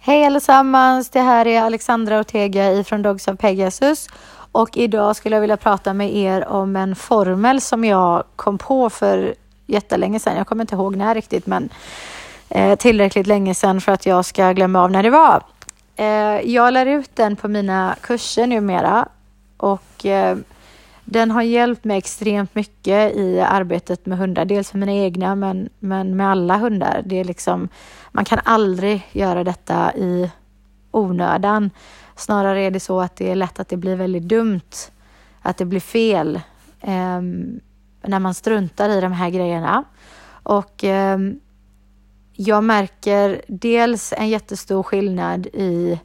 Hej allesammans, det här är Alexandra Ortega ifrån Dogs of Pegasus och idag skulle jag vilja prata med er om en formel som jag kom på för jättelänge sedan. Jag kommer inte ihåg när riktigt, men tillräckligt länge sedan för att jag ska glömma av när det var. Jag lär ut den på mina kurser numera och den har hjälpt mig extremt mycket i arbetet med hundar. Dels för mina egna men med alla hundar. Det är liksom, man kan aldrig göra detta i onödan. Snarare är det så att det är lätt att det blir väldigt dumt. Att det blir fel när man struntar i de här grejerna. Och jag märker dels en jättestor skillnad i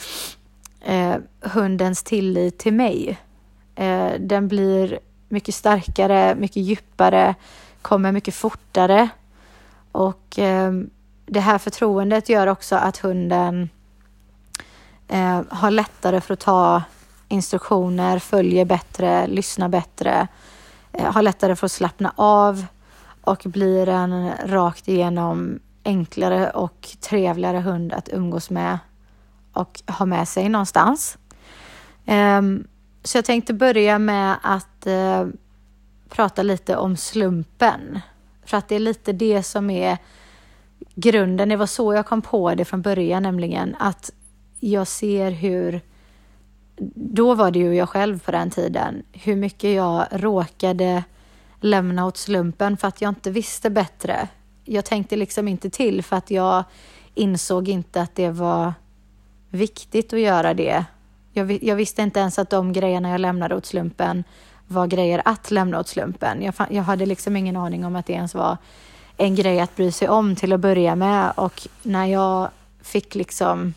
hundens tillit till mig. Den blir mycket starkare, mycket djupare, kommer mycket fortare. Och det här förtroendet gör också att hunden har lättare för att ta instruktioner, följer bättre, lyssnar bättre, har lättare för att slappna av och blir en rakt igenom enklare och trevligare hund att umgås med och ha med sig någonstans. Så jag tänkte börja med att prata lite om slumpen. För att det är lite det som är grunden. Det var så jag kom på det från början, nämligen att jag ser hur, då var det ju jag själv på den tiden, hur mycket jag råkade lämna åt slumpen för att jag inte visste bättre. Jag tänkte liksom inte till för att jag insåg inte att det var viktigt att göra det. Jag visste inte ens att de grejerna jag lämnade åt slumpen var grejer att lämna åt slumpen. Jag hade liksom ingen aning om att det ens var en grej att bry sig om till att börja med. Och när jag fick liksom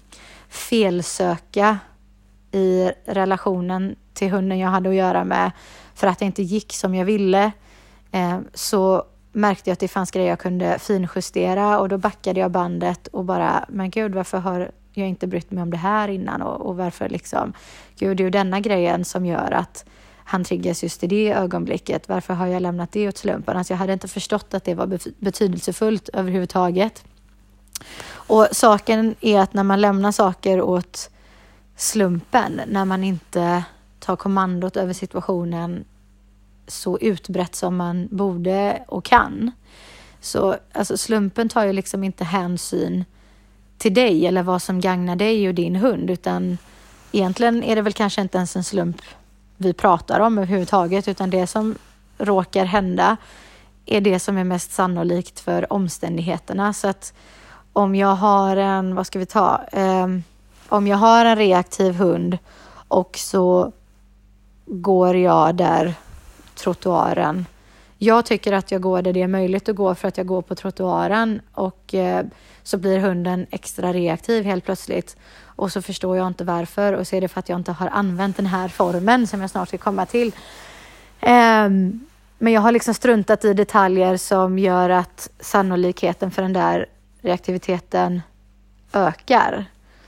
felsöka i relationen till hunden jag hade att göra med för att det inte gick som jag ville, så märkte jag att det fanns grejer jag kunde finjustera, och då backade jag bandet och bara, men gud, varför har jag inte brytt mig om det här innan, och varför liksom, gud, det är ju denna grejen som gör att han triggas just i det ögonblicket. Varför har jag lämnat det åt slumpen? Alltså jag hade inte förstått att det var betydelsefullt överhuvudtaget. Och saken är att när man lämnar saker åt slumpen, när man inte tar kommandot över situationen så utbrett som man borde och kan, så alltså slumpen tar ju liksom inte hänsyn till dig eller vad som gagnar dig och din hund, utan egentligen är det väl kanske inte ens en slump vi pratar om överhuvudtaget, utan det som råkar hända är det som är mest sannolikt för omständigheterna. Så att om jag har om jag har en reaktiv hund och så går jag där trottoaren. Jag tycker att jag går där det är möjligt att gå för att jag går på trottoaren, och så blir hunden extra reaktiv helt plötsligt. Och så förstår jag inte varför, och så är det för att jag inte har använt den här formen som jag snart ska komma till. Men jag har liksom struntat i detaljer som gör att sannolikheten för den där reaktiviteten ökar.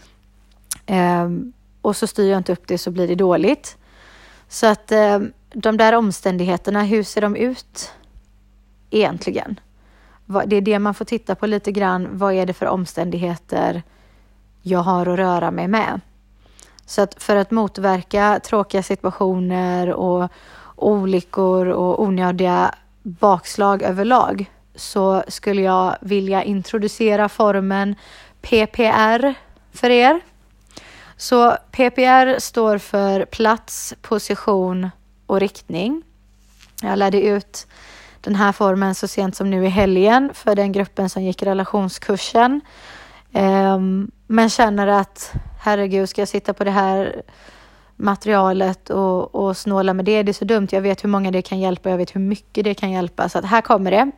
Och så styr jag inte upp det, så blir det dåligt. Så att de där omständigheterna, hur ser de ut egentligen? Det är det man får titta på lite grann. Vad är det för omständigheter jag har att röra mig med? Så att för att motverka tråkiga situationer och olyckor och onödiga bakslag överlag, så skulle jag vilja introducera formen PPR för er. Så PPR står för plats, position och riktning. Jag lärde ut den här formen så sent som nu i helgen för den gruppen som gick relationskursen. Men känner att, herregud, ska jag sitta på det här materialet och snåla med det? Det är så dumt. Jag vet hur många det kan hjälpa. Jag vet hur mycket det kan hjälpa. Så att här kommer det.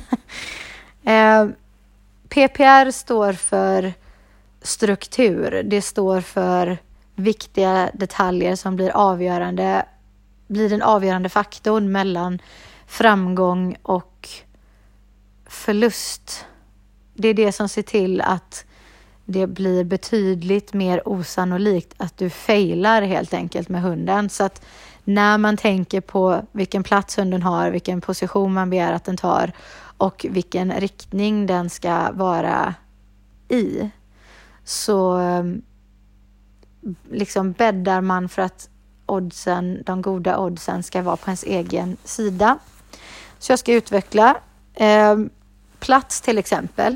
PPR står för struktur. Det står för viktiga detaljer som blir den avgörande faktorn mellan framgång och förlust. Det är det som ser till att det blir betydligt mer osannolikt att du failar helt enkelt med hunden. Så att när man tänker på vilken plats hunden har, vilken position man begär att den tar och vilken riktning den ska vara i, så liksom bäddar man för att de goda oddsen ska vara på ens egen sida. Så jag ska utveckla plats till exempel.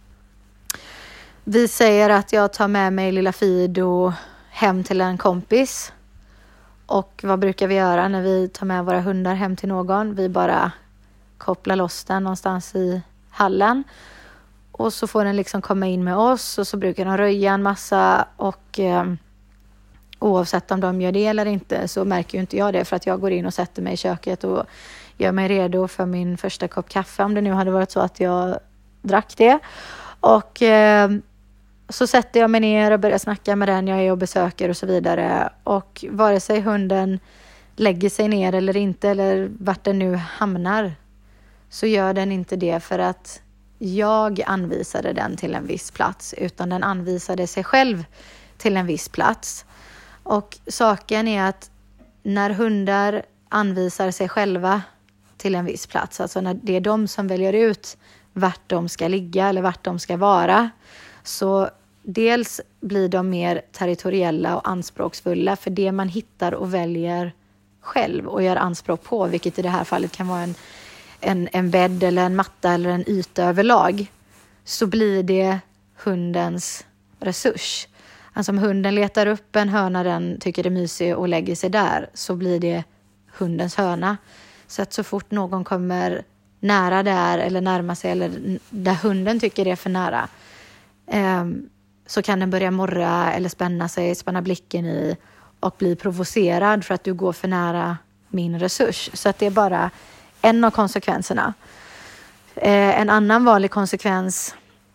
Vi säger att jag tar med mig lilla Fido hem till en kompis. Och vad brukar vi göra när vi tar med våra hundar hem till någon? Vi bara kopplar loss den någonstans i hallen. Och så får den liksom komma in med oss. Och så brukar de röja en massa. Och oavsett om de gör det eller inte så märker ju inte jag det. För att jag går in och sätter mig i köket och gör mig redo för min första kopp kaffe. Om det nu hade varit så att jag drack det. Och så sätter jag mig ner och börjar snacka med den jag är och besöker och så vidare. Och vare sig hunden lägger sig ner eller inte, eller vart den nu hamnar, så gör den inte det för att jag anvisade den till en viss plats, utan den anvisade sig själv till en viss plats. Och saken är att när hundar anvisar sig själva till en viss plats, alltså när det är de som väljer ut vart de ska ligga eller vart de ska vara, så dels blir de mer territoriella och anspråksfulla för det man hittar och väljer själv och gör anspråk på, vilket i det här fallet kan vara en bädd eller en matta eller en yta överlag, så blir det hundens resurs. Alltså om hunden letar upp en hörna den tycker det är mysig och lägger sig där, så blir det hundens hörna. Så att så fort någon kommer nära där eller närma sig eller där hunden tycker det är för nära, så kan den börja morra eller spänna blicken i och bli provocerad för att du går för nära min resurs. Så att det är bara en av konsekvenserna. En annan vanlig konsekvens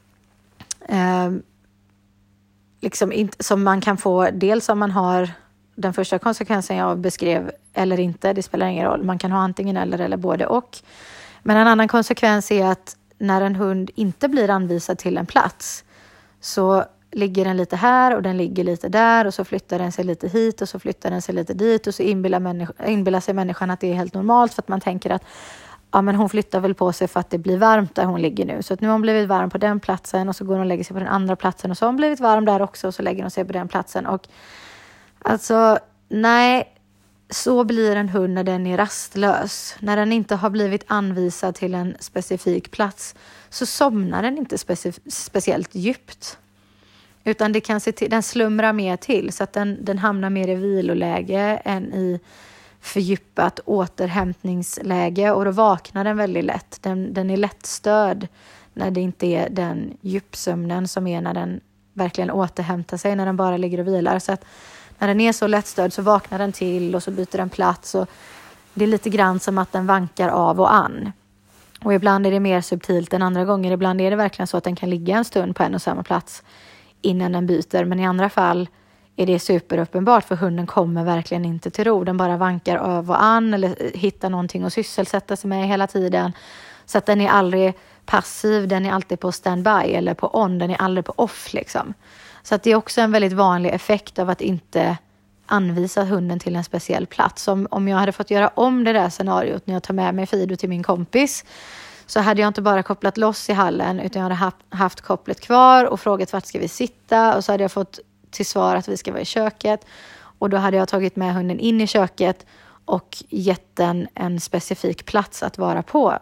som man kan få, dels om man har den första konsekvensen jag beskrev eller inte, det spelar ingen roll. Man kan ha antingen eller både och. Men en annan konsekvens är att när en hund inte blir anvisad till en plats, så ligger den lite här och den ligger lite där, och så flyttar den sig lite hit och så flyttar den sig lite dit, och så inbillar sig människan att det är helt normalt, för att man tänker att ja, men hon flyttar väl på sig för att det blir varmt där hon ligger nu. Så att nu har hon blivit varm på den platsen, och så går hon och lägger sig på den andra platsen, och så har hon blivit varm där också, och så lägger hon sig på den platsen. Och alltså, nej, så blir en hund när den är rastlös. När den inte har blivit anvisad till en specifik plats, så somnar den inte speciellt djupt. Utan det kan den slumrar mer till, så att den hamnar mer i viloläge än i fördjupat återhämtningsläge, och då vaknar den väldigt lätt. Den är lättstörd när det inte är den djupsömnen som är när den verkligen återhämtar sig, när den bara ligger och vilar. Så att när den är så lättstörd så vaknar den till och så byter den plats, och det är lite grann som att den vankar av och an. Och ibland är det mer subtilt än andra gånger. Ibland är det verkligen så att den kan ligga en stund på en och samma plats innan den byter. Men i andra fall är det superuppenbart, för hunden kommer verkligen inte till ro. Den bara vankar av och an eller hittar någonting att sysselsätta sig med hela tiden. Så att den är aldrig passiv, den är alltid på standby eller på on, den är aldrig på off liksom. Så att det är också en väldigt vanlig effekt av att inte anvisa hunden till en speciell plats. Om jag hade fått göra om det där scenariot när jag tar med mig Fido till min kompis, så hade jag inte bara kopplat loss i hallen, utan jag hade haft kopplet kvar och frågat vart ska vi sitta, och så hade jag fått till svar att vi ska vara i köket, och då hade jag tagit med hunden in i köket och gett den en specifik plats att vara på.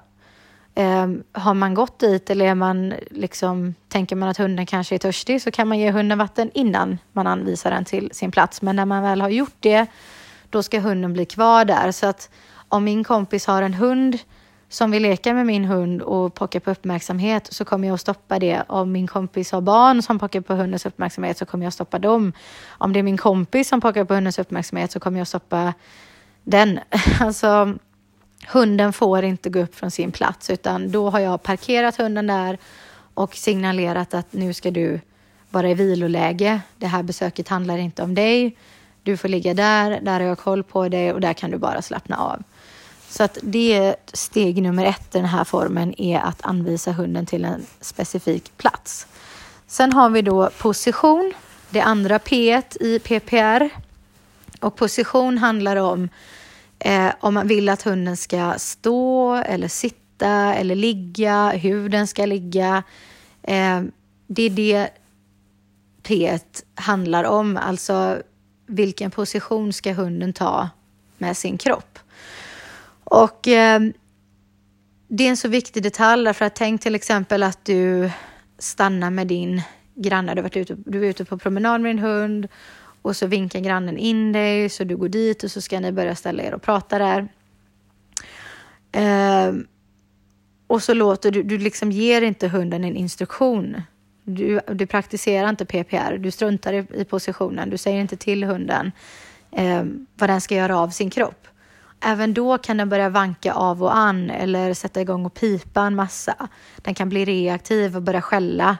Har man gått dit eller tänker man att hunden kanske är törstig, så kan man ge hunden vatten innan man anvisar den till sin plats. Men när man väl har gjort det, då ska hunden bli kvar där. Så att om min kompis har en hund som vill leka med min hund och pockar på uppmärksamhet, så kommer jag att stoppa det. Om min kompis har barn som pockar på hundens uppmärksamhet, så kommer jag att stoppa dem. Om det är min kompis som pockar på hundens uppmärksamhet, så kommer jag att stoppa den. Alltså, hunden får inte gå upp från sin plats, utan då har jag parkerat hunden där och signalerat att nu ska du vara i viloläge. Det här besöket handlar inte om dig. Du får ligga där har jag koll på dig, och där kan du bara slappna av. Så att det är steg nummer 1 i den här formen, är att anvisa hunden till en specifik plats. Sen har vi då position, det andra P1 i PPR. Och position handlar om man vill att hunden ska stå eller sitta eller ligga, hur den ska ligga. Det är P handlar om. Alltså vilken position ska hunden ta med sin kropp. Och det är en så viktig detalj. Därför att tänk till exempel att du stannar med din granne. Du är ute på promenad med din hund. Och så vinkar grannen in dig. Så du går dit och så ska ni börja ställa er och prata där. Och så låter du liksom ger inte hunden en instruktion. Du praktiserar inte PPR. Du struntar i positionen. Du säger inte till hunden vad den ska göra av sin kropp. Även då kan den börja vanka av och an eller sätta igång och pipa en massa. Den kan bli reaktiv och börja skälla.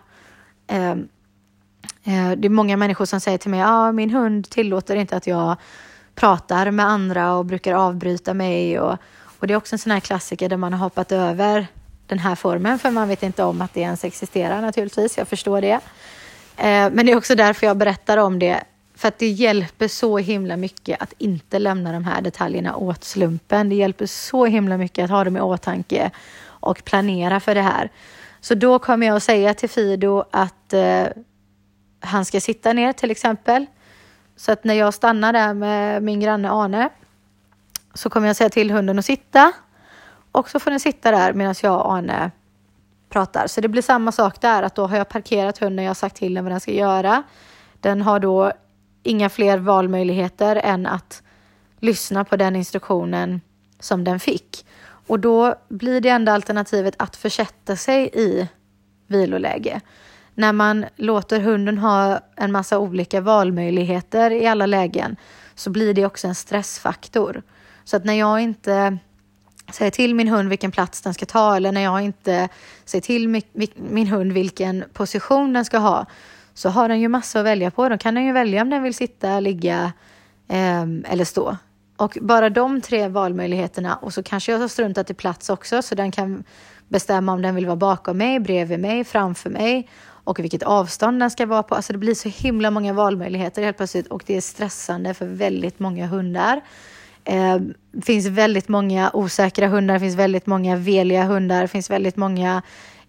Det är många människor som säger till mig min hund tillåter inte att jag pratar med andra och brukar avbryta mig. Och det är också en sån här klassiker där man har hoppat över den här formen för man vet inte om att det ens existerar naturligtvis. Jag förstår det. Men det är också därför jag berättar om det. För att det hjälper så himla mycket att inte lämna de här detaljerna åt slumpen. Det hjälper så himla mycket att ha dem i åtanke och planera för det här. Så då kommer jag att säga till Fido att han ska sitta ner till exempel. Så att när jag stannar där med min granne Arne så kommer jag säga till hunden att sitta. Och så får den sitta där medan jag och Arne pratar. Så det blir samma sak där. Att då har jag parkerat hunden. Jag har sagt till den vad den ska göra. Den har då inga fler valmöjligheter än att lyssna på den instruktionen som den fick. Och då blir det enda alternativet att försätta sig i viloläge. När man låter hunden ha en massa olika valmöjligheter i alla lägen så blir det också en stressfaktor. Så att när jag inte säger till min hund vilken plats den ska ta eller när jag inte säger till min hund vilken position den ska ha så har den ju massor att välja på. Då kan den ju välja om den vill sitta, ligga eller stå. Och bara de 3 valmöjligheterna och så kanske jag har struntat i plats också så den kan bestämma om den vill vara bakom mig, bredvid mig, framför mig och vilket avstånd den ska vara på. Alltså det blir så himla många valmöjligheter helt plötsligt och det är stressande för väldigt många hundar. Det finns väldigt många osäkra hundar, det finns väldigt många veliga hundar, det finns väldigt många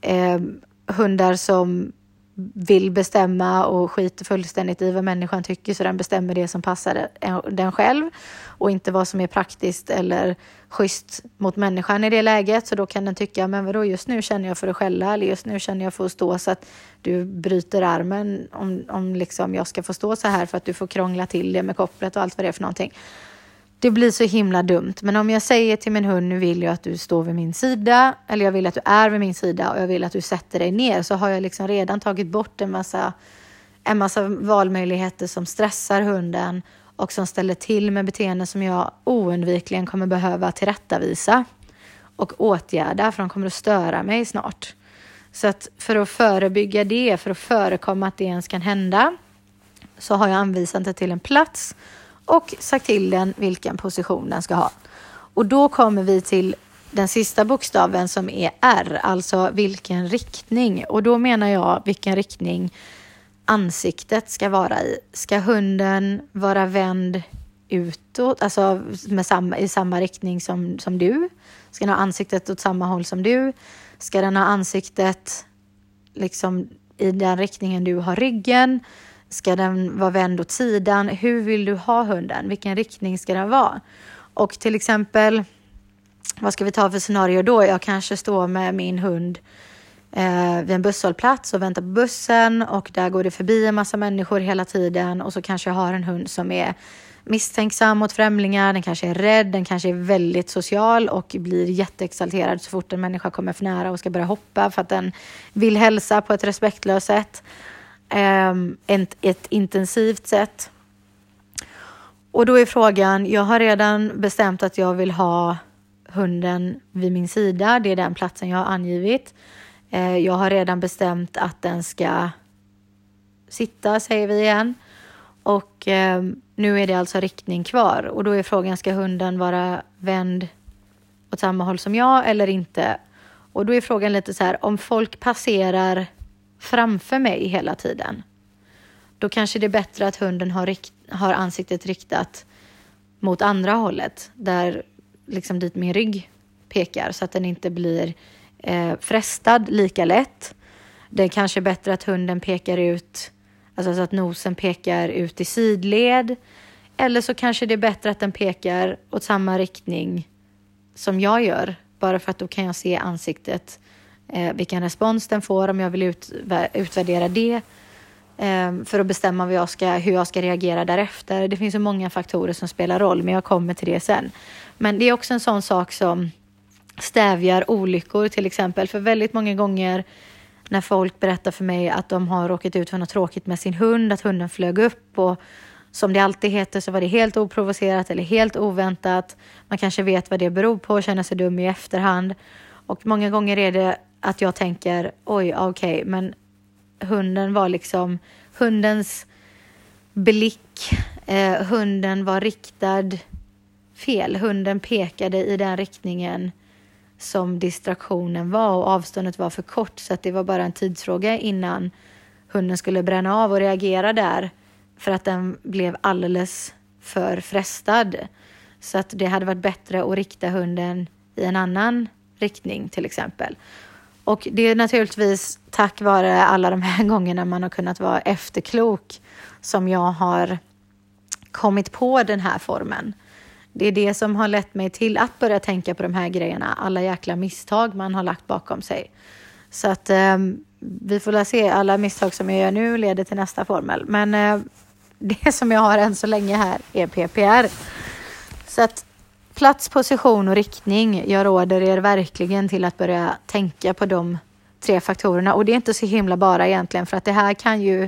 hundar som vill bestämma och skiter fullständigt i vad människan tycker så den bestämmer det som passar den själv och inte vad som är praktiskt eller schysst mot människan i det läget. Så då kan den tycka, men vadå, just nu känner jag för att skälla eller just nu känner jag för att stå så att du bryter armen om liksom jag ska få stå så här för att du får krångla till det med kopplet och allt vad det är för någonting. Det blir så himla dumt. Men om jag säger till min hund, nu vill jag att du står vid min sida. Eller jag vill att du är vid min sida. Och jag vill att du sätter dig ner. Så har jag liksom redan tagit bort en massa valmöjligheter som stressar hunden. Och som ställer till med beteenden som jag oundvikligen kommer behöva tillrättavisa. Och åtgärda. För de kommer att störa mig snart. Så att för att förebygga det. För att förekomma att det ens kan hända. Så har jag anvisat det till en plats. Och sagt till den vilken position den ska ha. Och då kommer vi till den sista bokstaven som är R. Alltså vilken riktning. Och då menar jag vilken riktning ansiktet ska vara i. Ska hunden vara vänd utåt? Alltså i samma riktning som du? Ska den ha ansiktet åt samma håll som du? Ska den ha ansiktet liksom i den riktningen du har ryggen? Ska den vara vänd åt sidan? Hur vill du ha hunden? Vilken riktning ska den vara? Och till exempel, vad ska vi ta för scenario då? Jag kanske står med min hund vid en busshållplats och väntar på bussen. Och där går det förbi en massa människor hela tiden. Och så kanske jag har en hund som är misstänksam mot främlingar. Den kanske är rädd, den kanske är väldigt social och blir jätteexalterad så fort en människa kommer för nära och ska börja hoppa för att den vill hälsa på ett respektlöst sätt. Ett intensivt sätt. Och då är frågan, jag har redan bestämt att jag vill ha hunden vid min sida. Det är den platsen jag har angivit. Jag har redan bestämt att den ska sitta, säger vi igen. Och nu är det alltså riktning kvar. Och då är frågan, ska hunden vara vänd åt samma håll som jag eller inte? Och då är frågan lite så här, om folk passerar framför mig hela tiden, då kanske det är bättre att hunden har ansiktet riktat mot andra hållet, där liksom dit min rygg pekar, så att den inte blir frestad lika lätt. Det är kanske bättre att hunden pekar ut, Alltså så att nosen pekar ut i sidled. Eller så kanske det är bättre att den pekar åt samma riktning som jag gör. Bara för att då kan jag se ansiktet. Vilken respons den får om jag vill utvärdera det. För att bestämma hur jag ska reagera därefter. Det finns så många faktorer som spelar roll, men jag kommer till det sen. Men det är också en sån sak som stävjar olyckor till exempel. För väldigt många gånger när folk berättar för mig att de har råkat ut för något tråkigt med sin hund, att hunden flög upp och som det alltid heter så var det helt oprovocerat eller helt oväntat. Man kanske vet vad det beror på och känner sig dum i efterhand. Och många gånger är det att jag tänker, okej, men hunden var liksom, hundens blick, hunden var riktad fel. Hunden pekade i den riktningen som distraktionen var och avståndet var för kort så att det var bara en tidsfråga innan hunden skulle bränna av och reagera där för att den blev alldeles för frestad. Så att det hade varit bättre att rikta hunden i en annan riktning till exempel. Och det är naturligtvis tack vare alla de här gångerna man har kunnat vara efterklok som jag har kommit på den här formen. Det är det som har lett mig till att börja tänka på de här grejerna. Alla jäkla misstag man har lagt bakom sig. Så att vi får se, alla misstag som jag gör nu leder till nästa formel. Men det som jag har än så länge här är PPR. Så att plats, position och riktning. Jag råder er verkligen till att börja tänka på de 3 faktorerna. Och det är inte så himla bara egentligen. För att det här kan ju,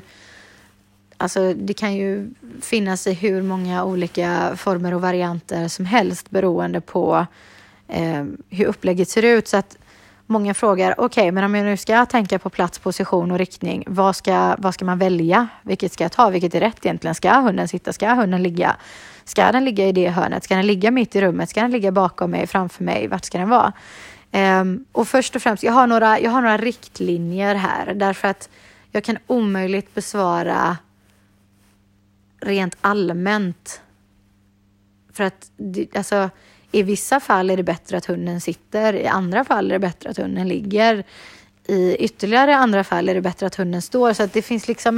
alltså det kan ju finnas i hur många olika former och varianter som helst. Beroende på hur upplägget ser ut. Så att många frågar, okej, men om jag nu ska tänka på plats, position och riktning. Vad ska man välja? Vilket ska jag ta? Vilket är rätt egentligen? Ska hunden sitta? Ska hunden ligga? Ska den ligga i det hörnet? Ska den ligga mitt i rummet? Ska den ligga bakom mig, framför mig? Vart ska den vara? Och först och främst, jag har några riktlinjer här. Därför att jag kan omöjligt besvara rent allmänt. För att alltså, i vissa fall är det bättre att hunden sitter. I andra fall är det bättre att hunden ligger. I ytterligare andra fall är det bättre att hunden står. Så att det finns liksom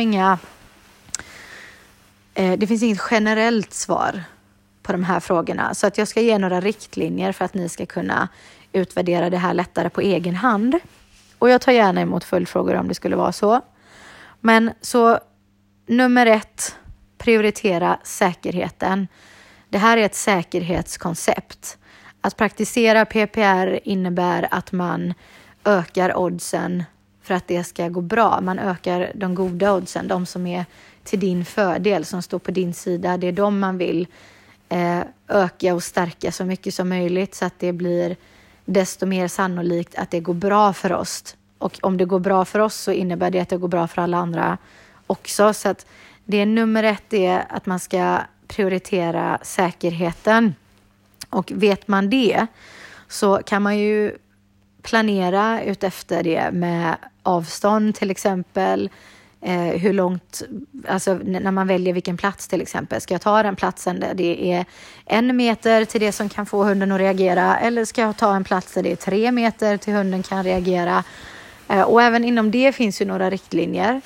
det finns inget generellt svar på de här frågorna. Så att jag ska ge några riktlinjer för att ni ska kunna utvärdera det här lättare på egen hand. Och jag tar gärna emot följdfrågor om det skulle vara så. Men så nummer 1, prioritera säkerheten. Det här är ett säkerhetskoncept. Att praktisera PPR innebär att man ökar oddsen för att det ska gå bra. Man ökar de goda oddsen, de som är till din fördel, som står på din sida. Det är de man vill öka och stärka så mycket som möjligt så att det blir desto mer sannolikt att det går bra för oss. Och om det går bra för oss så innebär det att det går bra för alla andra också. Så att det är nummer 1 är att man ska prioritera säkerheten. Och vet man det så kan man ju planera ut efter det med avstånd till exempel. Hur långt, alltså när man väljer vilken plats till exempel. Ska jag ta den platsen där det är 1 meter till det som kan få hunden att reagera? Eller ska jag ta en plats där det är 3 meter till hunden kan reagera? Och även inom det finns ju några riktlinjer.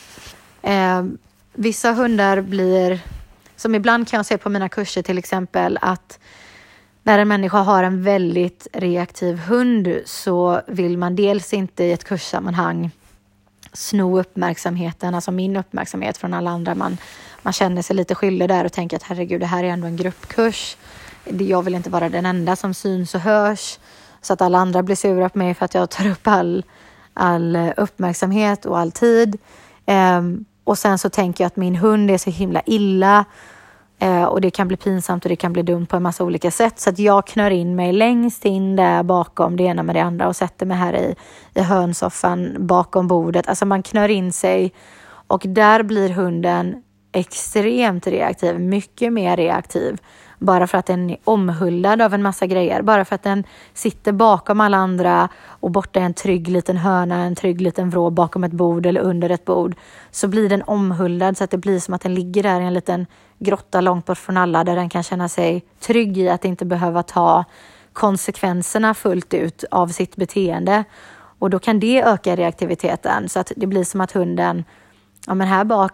Vissa hundar blir, som ibland kan jag se på mina kurser till exempel, att när en människa har en väldigt reaktiv hund så vill man dels inte i ett kurssammanhang sno uppmärksamheten, alltså min uppmärksamhet från alla andra. Man känner sig lite skyldig där och tänker att herregud, det här är ändå en gruppkurs. Jag vill inte vara den enda som syns och hörs så att alla andra blir sura på mig för att jag tar upp all uppmärksamhet och all tid. Och sen så tänker jag att min hund är så himla illa och det kan bli pinsamt och det kan bli dumt på en massa olika sätt. Så att jag knör in mig längst in där bakom det ena med det andra och sätter mig här i hörnsoffan bakom bordet. Alltså man knör in sig och där blir hunden extremt reaktiv, mycket mer reaktiv. Bara för att den är omhuldad av en massa grejer. Bara för att den sitter bakom alla andra och borta är en trygg liten hörna, en trygg liten vrå bakom ett bord eller under ett bord. Så blir den omhuldad så att det blir som att den ligger där i en liten grotta långt bort från alla. Där den kan känna sig trygg i att inte behöva ta konsekvenserna fullt ut av sitt beteende. Och då kan det öka reaktiviteten. Så att det blir som att hunden, ja men här bak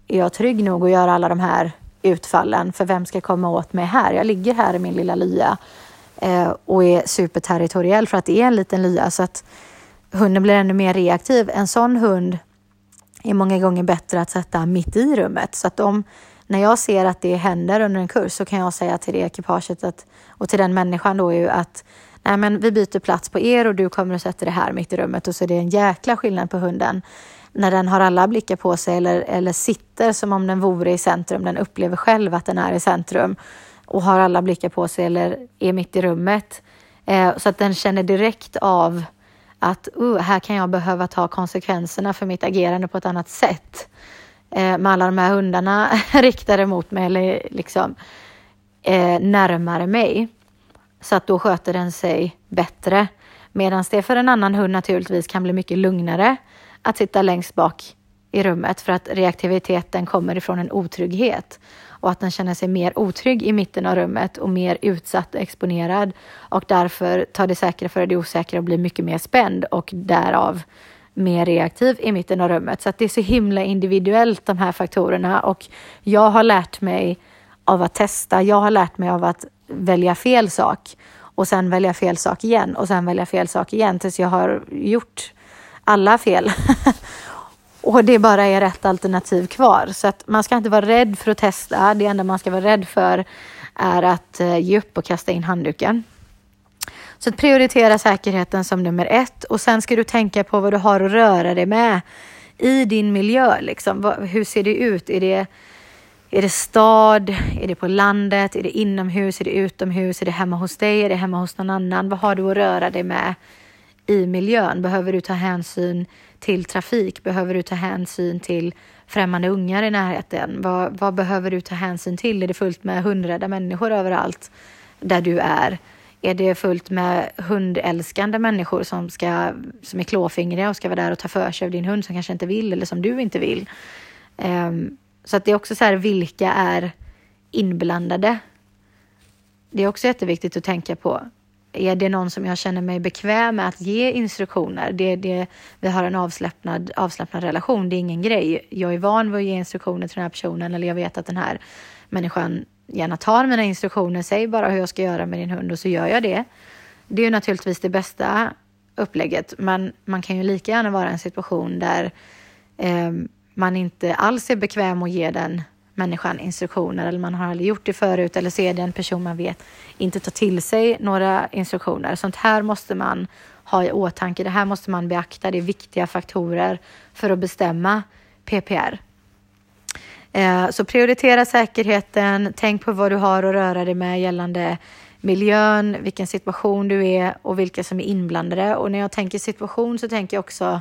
är jag trygg nog att göra alla de här utfallen? För vem ska komma åt mig här? Jag ligger här i min lilla lya och är superterritoriell för att det är en liten lya, så att hunden blir ännu mer reaktiv. En sån hund är många gånger bättre att sätta mitt i rummet, så att när jag ser att det händer under en kurs, så kan jag säga till det ekipaget och till den människan då ju att nej, men vi byter plats på er och du kommer att sätta det här mitt i rummet. Och så är det en jäkla skillnad på hunden när den har alla blickar på sig eller sitter som om den vore i centrum. Den upplever själv att den är i centrum och har alla blickar på sig eller är mitt i rummet. Så att den känner direkt av att här kan jag behöva ta konsekvenserna för mitt agerande på ett annat sätt. Med alla de här hundarna riktade mot mig eller liksom närmare mig. Så att då sköter den sig bättre. Medan det för en annan hund naturligtvis kan bli mycket lugnare att sitta längst bak i rummet. För att reaktiviteten kommer ifrån en otrygghet. Och att den känner sig mer otrygg i mitten av rummet och mer utsatt och exponerad. Och därför tar det säkra för det osäkra och blir mycket mer spänd. Och därav mer reaktiv i mitten av rummet. Så att det är så himla individuellt de här faktorerna. Och jag har lärt mig av att testa. Jag har lärt mig av att välja fel sak. Och sen välja fel sak igen. Och sen välja fel sak igen. Tills jag har gjort alla fel. Och det bara är rätt alternativ kvar. Så att man ska inte vara rädd för att testa. Det enda man ska vara rädd för är att ge upp och kasta in handduken. Så att prioritera säkerheten som nummer 1. Och sen ska du tänka på vad du har att röra dig med i din miljö. Liksom. Hur ser det ut? Är det stad? Är det på landet? Är det inomhus? Är det utomhus? Är det hemma hos dig? Är det hemma hos någon annan? Vad har du att röra dig med i miljön? Behöver du ta hänsyn till trafik? Behöver du ta hänsyn till främmande ungar i närheten? Vad behöver du ta hänsyn till? Är det fullt med hundrädda människor överallt där du är? Är det fullt med hundälskande människor som är klåfingriga och ska vara där och ta för sig av din hund som kanske inte vill eller som du inte vill? Så att det är också så här, vilka är inblandade? Det är också jätteviktigt att tänka på. Är det någon som jag känner mig bekväm med att ge instruktioner? Vi har en avslappnad relation. Det är ingen grej. Jag är van vid att ge instruktioner till den här personen. Eller jag vet att den här människan gärna tar mina instruktioner. Säg bara hur jag ska göra med din hund och så gör jag det. Det är ju naturligtvis det bästa upplägget. Men man kan ju lika gärna vara i en situation där man inte alls är bekväm att ge den människan instruktioner. Eller man har aldrig gjort det förut. Eller så är det en person man vet inte tar till sig några instruktioner. Sånt här måste man ha i åtanke. Det här måste man beakta. Det är viktiga faktorer för att bestämma PPR. Så prioritera säkerheten. Tänk på vad du har att röra dig med gällande miljön. Vilken situation du är och vilka som är inblandade. Och när jag tänker situation så tänker jag också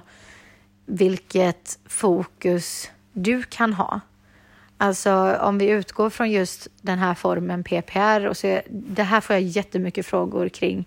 vilket fokus du kan ha. Alltså om vi utgår från just den här formen PPR. Och så, det här får jag jättemycket frågor kring.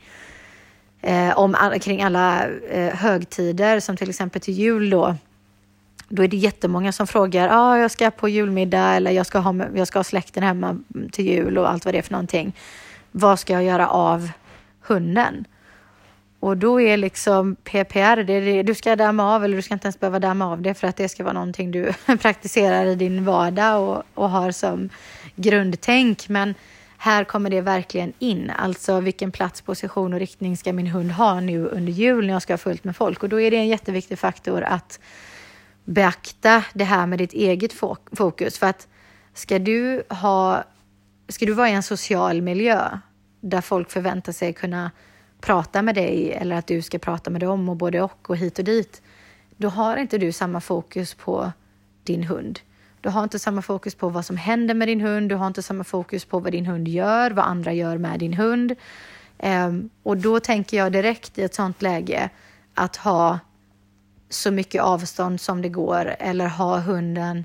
Kring alla högtider som till exempel till jul då. Då är det jättemånga som frågar, jag ska på julmiddag eller jag ska ha släkten hemma till jul och allt vad det är för någonting. Vad ska jag göra av hunden? Och då är liksom PPR, du ska damma av eller du ska inte ens behöva damma av det för att det ska vara någonting du praktiserar i din vardag och har som grundtänk. Men här kommer det verkligen in. Alltså vilken plats, position och riktning ska min hund ha nu under jul när jag ska ha fullt med folk. Och då är det en jätteviktig faktor att beakta det här med ditt eget fokus. För att ska du vara i en social miljö där folk förväntar sig kunna prata med dig eller att du ska prata med dem och både och hit och dit, då har inte du samma fokus på din hund. Du har inte samma fokus på vad som händer med din hund. Du har inte samma fokus på vad din hund gör, vad andra gör med din hund. Och då tänker jag direkt i ett sånt läge att ha så mycket avstånd som det går eller ha hunden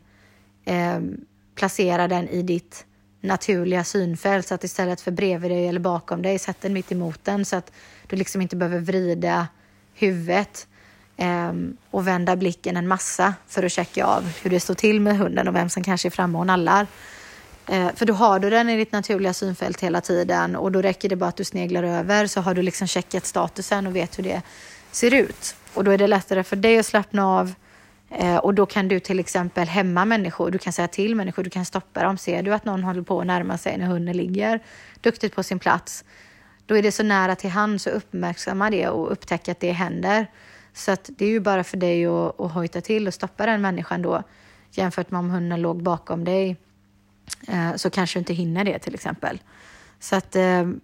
placera den i ditt naturliga synfält så att istället för bredvid dig eller bakom dig sätt den mitt emot den så att du liksom inte behöver vrida huvudet och vända blicken en massa för att checka av hur det står till med hunden och vem som kanske är framme och nallar. För då har du den i ditt naturliga synfält hela tiden och då räcker det bara att du sneglar över så har du liksom checkat statusen och vet hur det ser ut. Och då är det lättare för dig att slappna av Och då kan du till exempel hämma människor, du kan säga till människor, du kan stoppa dem. Ser du att någon håller på att närma sig när hunden ligger duktigt på sin plats, då är det så nära till hand, så uppmärksamma det och upptäcka att det händer. Så att det är ju bara för dig att hojta till och stoppa den människan då, jämfört med om hunden låg bakom dig, så kanske du inte hinner det till exempel. Så att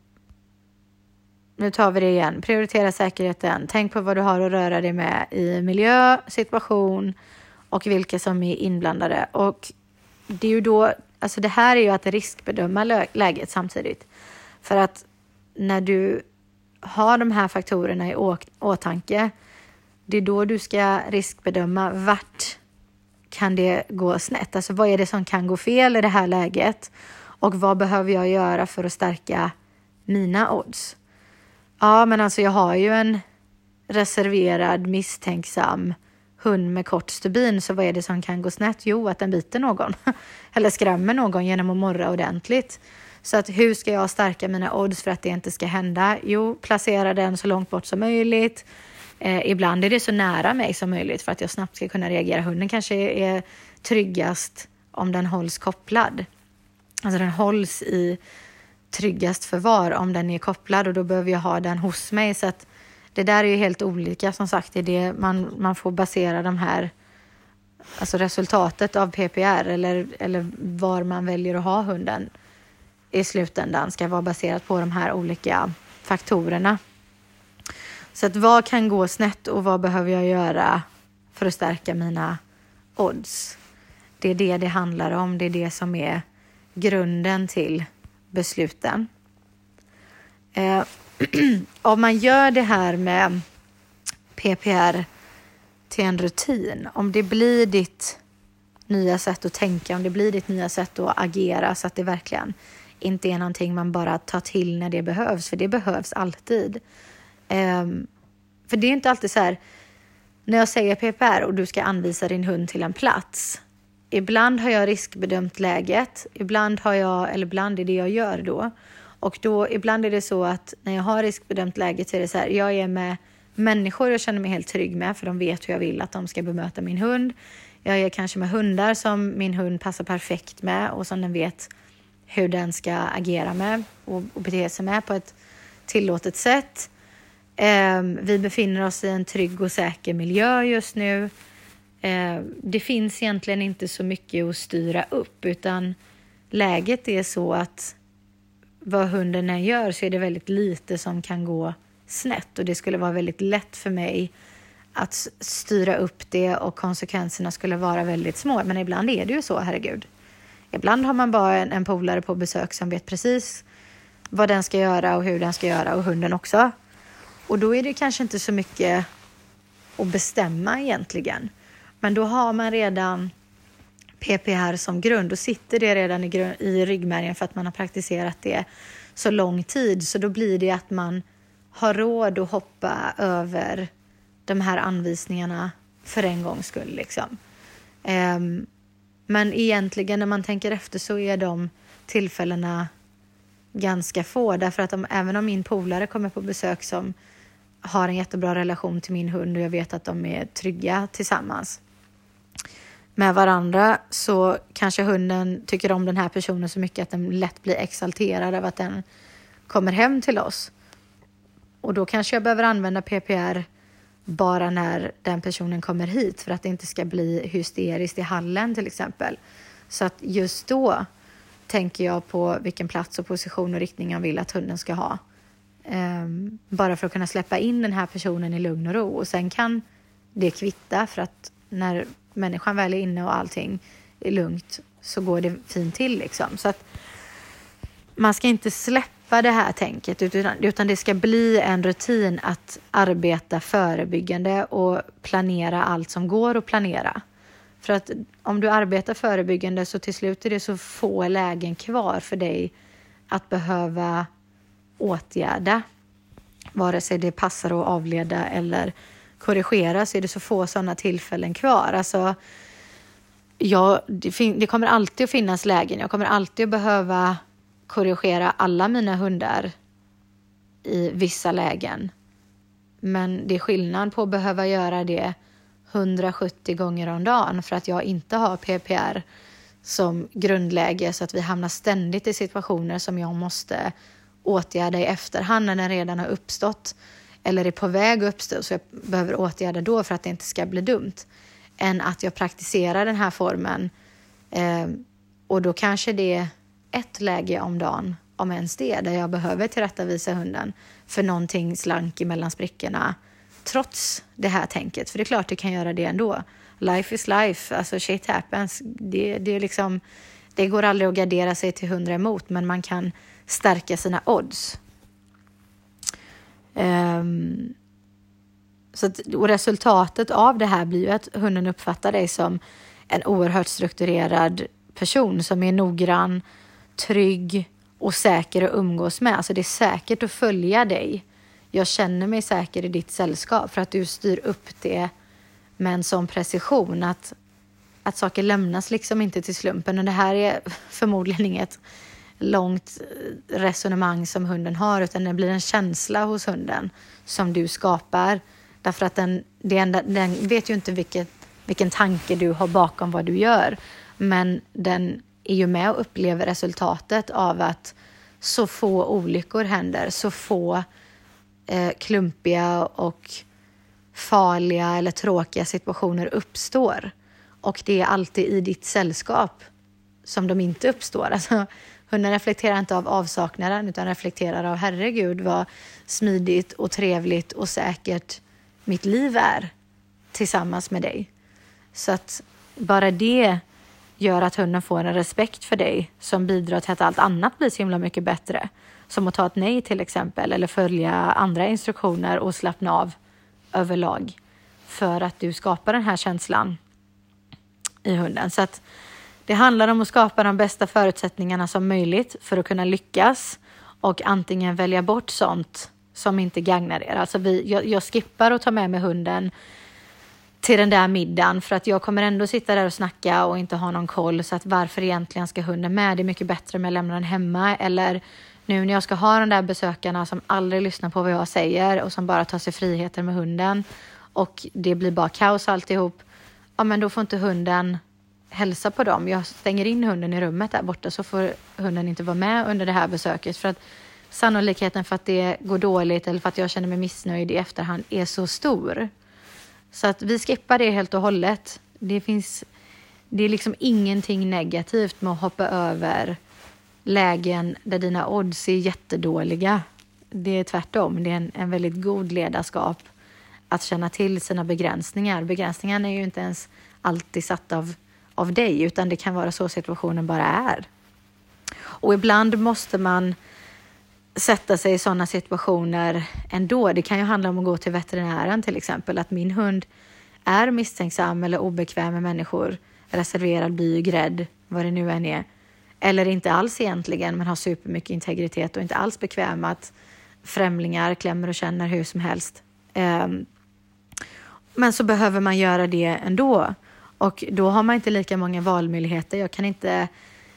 nu tar vi det igen. Prioritera säkerheten. Tänk på vad du har att röra dig med i miljö, situation och vilka som är inblandade. Och det är ju då, alltså det här är ju att riskbedöma läget samtidigt. För att när du har de här faktorerna i åtanke, det är då du ska riskbedöma vart kan det gå snett. Alltså vad är det som kan gå fel i det här läget? Och vad behöver jag göra för att stärka mina odds? Ja, men alltså jag har ju en reserverad, misstänksam hund med kort stubin. Så vad är det som kan gå snett? Jo, att den biter någon. Eller skrämmer någon genom att morra ordentligt. Så att hur ska jag stärka mina odds för att det inte ska hända? Jo, placera den så långt bort som möjligt. Ibland är det så nära mig som möjligt för att jag snabbt ska kunna reagera. Hunden kanske är tryggast om den hålls kopplad. Alltså den hålls i tryggast förvar om den är kopplad, och då behöver jag ha den hos mig. Så att det där är ju helt olika, som sagt. Det är det man får basera de här, alltså resultatet av PPR eller var man väljer att ha hunden i slutändan ska vara baserat på de här olika faktorerna. Så att vad kan gå snett och vad behöver jag göra för att stärka mina odds? Det är det handlar om. Det är det som är grunden till besluten. Om man gör det här med PPR till en rutin, om det blir ditt nya sätt att tänka, om det blir ditt nya sätt att agera, så att det verkligen inte är någonting man bara tar till när det behövs, för det behövs alltid. För det är inte alltid så här, när jag säger PPR och du ska anvisa din hund till en plats. Ibland har jag riskbedömt läget, ibland är det jag gör då. Och då, ibland är det så att när jag har riskbedömt läget så är det så här, jag är med människor jag känner mig helt trygg med, för de vet hur jag vill att de ska bemöta min hund. Jag är kanske med hundar som min hund passar perfekt med och som den vet hur den ska agera med och bete sig med på ett tillåtet sätt. Vi befinner oss i en trygg och säker miljö just nu. Det finns egentligen inte så mycket att styra upp, utan läget är så att vad hunden än gör så är det väldigt lite som kan gå snett, och det skulle vara väldigt lätt för mig att styra upp det och konsekvenserna skulle vara väldigt små. Men ibland är det ju så, herregud. Ibland har man bara en polare på besök som vet precis vad den ska göra och hur den ska göra, och hunden också. Och då är det kanske inte så mycket att bestämma egentligen. Men då har man redan PPR som grund, och sitter det redan i ryggmärgen för att man har praktiserat det så lång tid. Så då blir det att man har råd att hoppa över de här anvisningarna för en gångs skull. Liksom. Men egentligen när man tänker efter så är de tillfällena ganska få. Därför att även om min polare kommer på besök som har en jättebra relation till min hund och jag vet att de är trygga tillsammans med varandra, så kanske hunden tycker om den här personen så mycket att den lätt blir exalterad av att den kommer hem till oss. Och då kanske jag behöver använda PPR bara när den personen kommer hit, för att det inte ska bli hysteriskt i hallen till exempel. Så att just då tänker jag på vilken plats och position och riktning jag vill att hunden ska ha. Bara för att kunna släppa in den här personen i lugn och ro. Och sen kan det kvitta, för att när människan väl är inne och allting är lugnt så går det fint till liksom. Så att man ska inte släppa det här tänket, utan det ska bli en rutin att arbeta förebyggande och planera allt som går att planera. För att om du arbetar förebyggande så till slut är det så få lägen kvar för dig att behöva åtgärda. Vare sig det passar att avleda eller korrigera, så är det så få sådana tillfällen kvar. Alltså, det kommer alltid att finnas lägen. Jag kommer alltid att behöva korrigera alla mina hundar i vissa lägen. Men det är skillnad på att behöva göra det 170 gånger om dagen för att jag inte har PPR som grundläge, så att vi hamnar ständigt i situationer som jag måste åtgärda i efterhand när den redan har uppstått eller är på väg att uppstå, så jag behöver åtgärda då för att det inte ska bli dumt, än att jag praktiserar den här formen och då kanske det är ett läge om dagen, om ens det, där jag behöver tillrättavisa hunden för någonting slank mellan sprickorna trots det här tänket, för det är klart du kan göra det ändå. Life is life, alltså shit happens. Det är liksom, det går aldrig att gardera sig till 100 emot, men man kan stärka sina odds. Och resultatet av det här blir ju att hunden uppfattar dig som en oerhört strukturerad person som är noggrann, trygg och säker att umgås med. Alltså det är säkert att följa dig. Jag känner mig säker i ditt sällskap för att du styr upp det med en sån precision att saker lämnas liksom inte till slumpen. Och det här är förmodligen inget långt resonemang som hunden har, utan det blir en känsla hos hunden som du skapar. Därför att den vet ju inte vilken tanke du har bakom vad du gör. Men den är ju med och upplever resultatet av att så få olyckor händer, så få klumpiga och farliga eller tråkiga situationer uppstår. Och det är alltid i ditt sällskap som de inte uppstår. Alltså, hunden reflekterar inte av avsaknaden utan reflekterar av herregud vad smidigt och trevligt och säkert mitt liv är tillsammans med dig. Så att bara det gör att hunden får en respekt för dig som bidrar till att allt annat blir så himla mycket bättre. Som att ta ett nej till exempel, eller följa andra instruktioner och slappna av överlag. För att du skapar den här känslan i hunden. Så att det handlar om att skapa de bästa förutsättningarna som möjligt för att kunna lyckas. Och antingen välja bort sånt som inte gagnar er. Alltså jag skippar att ta med mig hunden till den där middagen, för att jag kommer ändå sitta där och snacka och inte ha någon koll. Så att varför egentligen ska hunden med? Det är mycket bättre om jag lämnar den hemma. Eller nu när jag ska ha de där besökarna som aldrig lyssnar på vad jag säger och som bara tar sig friheter med hunden och det blir bara kaos alltihop. Ja, men då får inte hunden hälsa på dem. Jag stänger in hunden i rummet där borta, så får hunden inte vara med under det här besöket, för att sannolikheten för att det går dåligt eller för att jag känner mig missnöjd i efterhand är så stor. Så att vi skippar det helt och hållet. Det är liksom ingenting negativt med att hoppa över lägen där dina odds är jättedåliga. Det är tvärtom. Det är en väldigt god ledarskap att känna till sina begränsningar. Begränsningarna är ju inte ens alltid satt av dig, utan det kan vara så situationen bara är. Och ibland måste man sätta sig i sådana situationer ändå. Det kan ju handla om att gå till veterinären till exempel. Att min hund är misstänksam eller obekväm med människor. Reserverad, blyg, rädd, vad det nu än är. Eller inte alls egentligen, men har supermycket integritet och inte alls bekväm att främlingar klämmer och känner hur som helst. Men så behöver man göra det ändå. Och då har man inte lika många valmöjligheter. Jag kan inte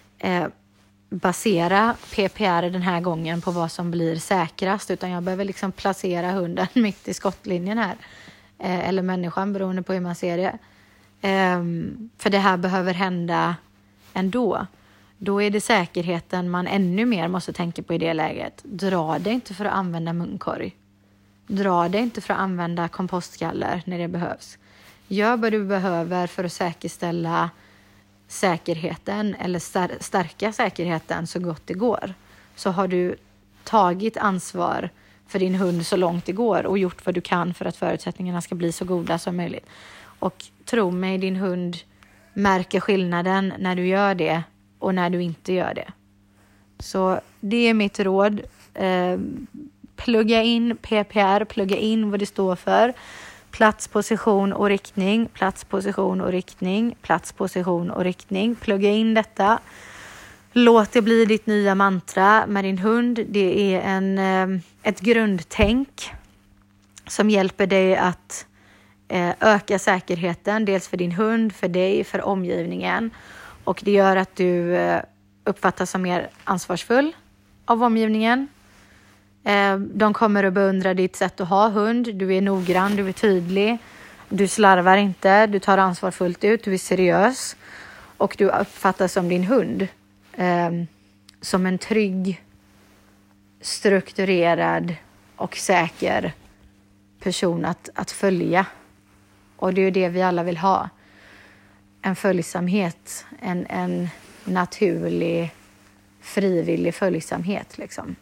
basera PPR den här gången på vad som blir säkrast, utan jag behöver liksom placera hunden mitt i skottlinjen här. Eller människan, beroende på hur man ser det. För det här behöver hända ändå. Då är det säkerheten man ännu mer måste tänka på i det läget. Dra det inte för att använda munkorg. Dra det inte för att använda kompostgaller när det behövs. Gör vad du behöver för att säkerställa säkerheten eller stärka säkerheten så gott det går. Så har du tagit ansvar för din hund så långt det går och gjort vad du kan för att förutsättningarna ska bli så goda som möjligt. Och tro mig, din hund märker skillnaden när du gör det och när du inte gör det. Så det är mitt råd. Plugga in PPR, plugga in vad det står för. Plats, position och riktning. Plats, position och riktning. Plats, position och riktning. Plugga in detta. Låt det bli ditt nya mantra med din hund. Det är ett grundtänk som hjälper dig att öka säkerheten. Dels för din hund, för dig, för omgivningen. Och det gör att du uppfattas som mer ansvarsfull av omgivningen. De kommer att beundra ditt sätt att ha hund. Du är noggrann, du är tydlig. Du slarvar inte, du tar ansvar fullt ut, du är seriös och du uppfattas som din hund. Som en trygg, strukturerad och säker person att följa. Och det är ju det vi alla vill ha. En följsamhet, en naturlig, frivillig följsamhet liksom.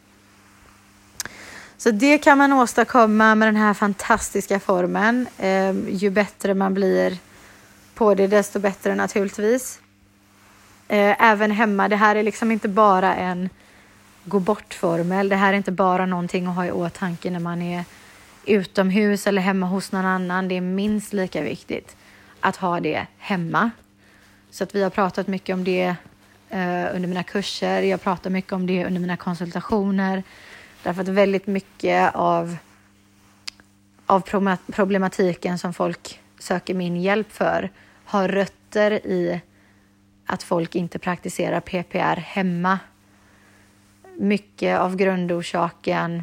Så det kan man åstadkomma med den här fantastiska formen. Ju bättre man blir på det, desto bättre naturligtvis. Även hemma, det här är liksom inte bara en gå bort-formel. Det här är inte bara någonting att ha i åtanke när man är utomhus eller hemma hos någon annan. Det är minst lika viktigt att ha det hemma. Så att vi har pratat mycket om det under mina kurser. Jag pratar mycket om det under mina konsultationer. Därför att väldigt mycket av problematiken som folk söker min hjälp för har rötter i att folk inte praktiserar PPR hemma. Mycket av grundorsaken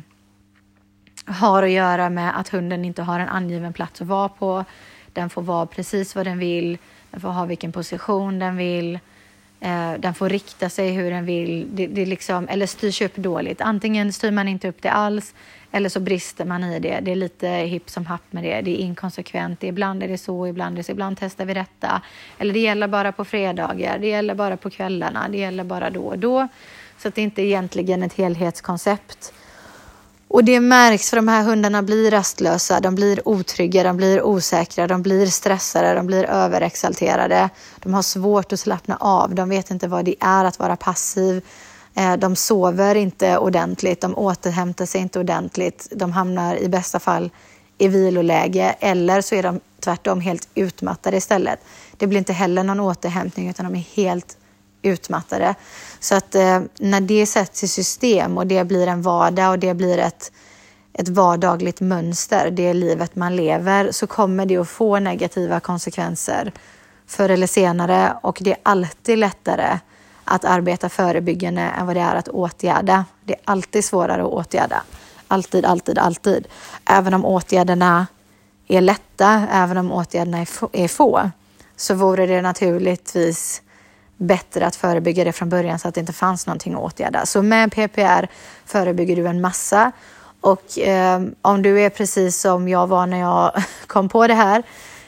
har att göra med att hunden inte har en angiven plats att vara på. Den får vara precis vad den vill. Den får ha vilken position den vill. Den får rikta sig hur den vill. Det liksom, eller styrs upp dåligt. Antingen styr man inte upp det alls. Eller så brister man i det. Det är lite hipp som happ med det. Det är inkonsekvent. Ibland är det så, ibland är det så. Ibland testar vi detta. Eller det gäller bara på fredagar. Det gäller bara på kvällarna. Det gäller bara då och då. Så att det inte är egentligen ett helhetskoncept. Och det märks för de här hundarna blir rastlösa, de blir otrygga, de blir osäkra, de blir stressade, de blir överexalterade. De har svårt att slappna av, de vet inte vad det är att vara passiv. De sover inte ordentligt, de återhämtar sig inte ordentligt. De hamnar i bästa fall i viloläge eller så är de tvärtom helt utmattade istället. Det blir inte heller någon återhämtning utan de är helt utmattade. Så att när det sätts i system och det blir en vardag och det blir ett vardagligt mönster, det är livet man lever, så kommer det att få negativa konsekvenser förr eller senare, och det är alltid lättare att arbeta förebyggande än vad det är att åtgärda. Det är alltid svårare att åtgärda. Alltid, alltid, alltid. Även om åtgärderna är lätta, även om åtgärderna är få, så vore det naturligtvis bättre att förebygga det från början så att det inte fanns någonting att åtgärda. Så med PPR förebygger du en massa. Och om du är precis som jag var när jag kom på det här,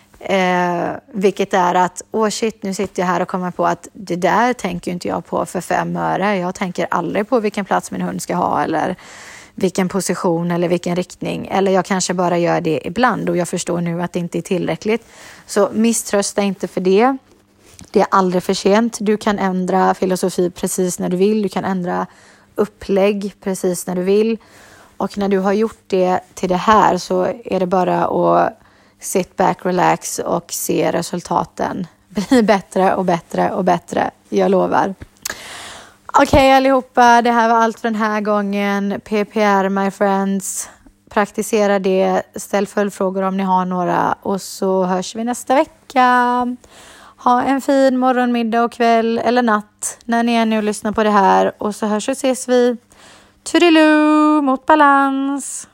vilket är att nu sitter jag här och kommer på att det där tänker inte jag på för 5 öre. Jag tänker aldrig på vilken plats min hund ska ha eller vilken position eller vilken riktning. Eller jag kanske bara gör det ibland och jag förstår nu att det inte är tillräckligt. Så misströsta inte för det. Det är aldrig för sent. Du kan ändra filosofi precis när du vill. Du kan ändra upplägg precis när du vill. Och när du har gjort det till det här så är det bara att sit back, relax och se resultaten bli bättre och bättre och bättre. Jag lovar. Okej, allihopa, det här var allt för den här gången. PPR, my friends. Praktisera det. Ställ följdfrågor om ni har några. Och så hörs vi nästa vecka. Ha en fin morgon, middag och kväll eller natt när ni är nu och lyssnar på det här. Och så hörs och ses vi. Toodiloo, mot balans!